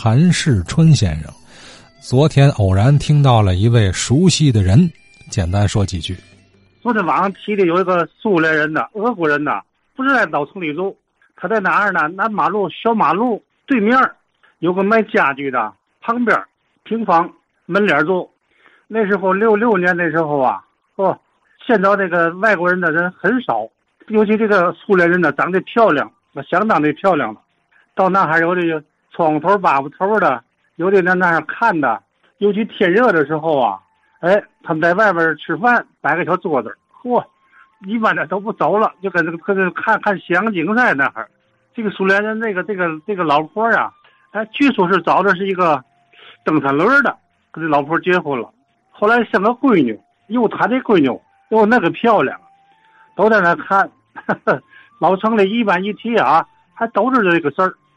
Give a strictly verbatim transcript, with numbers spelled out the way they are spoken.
韩世春先生。昨天偶然听到了一位熟悉的人，简单说几句。 昨天晚上提的有一个苏联人的俄国人的，不是在老城里住，他在哪儿呢？南马路小马路对面有个卖家具的，旁边平房门脸住。那时候六六年的时候啊，哦，见到这个外国人的人很少，尤其这个苏联人呢，长得漂亮，相当的漂亮了。到那还有的窗头巴不头的，有的在那儿看的，尤其天热的时候啊，哎，他们在外边吃饭，摆个小桌子，嚯，一般的都不走了，就跟这个跟这看看西洋景在那儿。这个苏联人那个这个这个老婆呀、啊，哎，据说是找的是一个蹬三轮的，跟这老婆结婚了，后来生个闺女，又他的闺女又那个漂亮，都在那看。呵呵，老城里一般一提啊，还都知道这个事儿。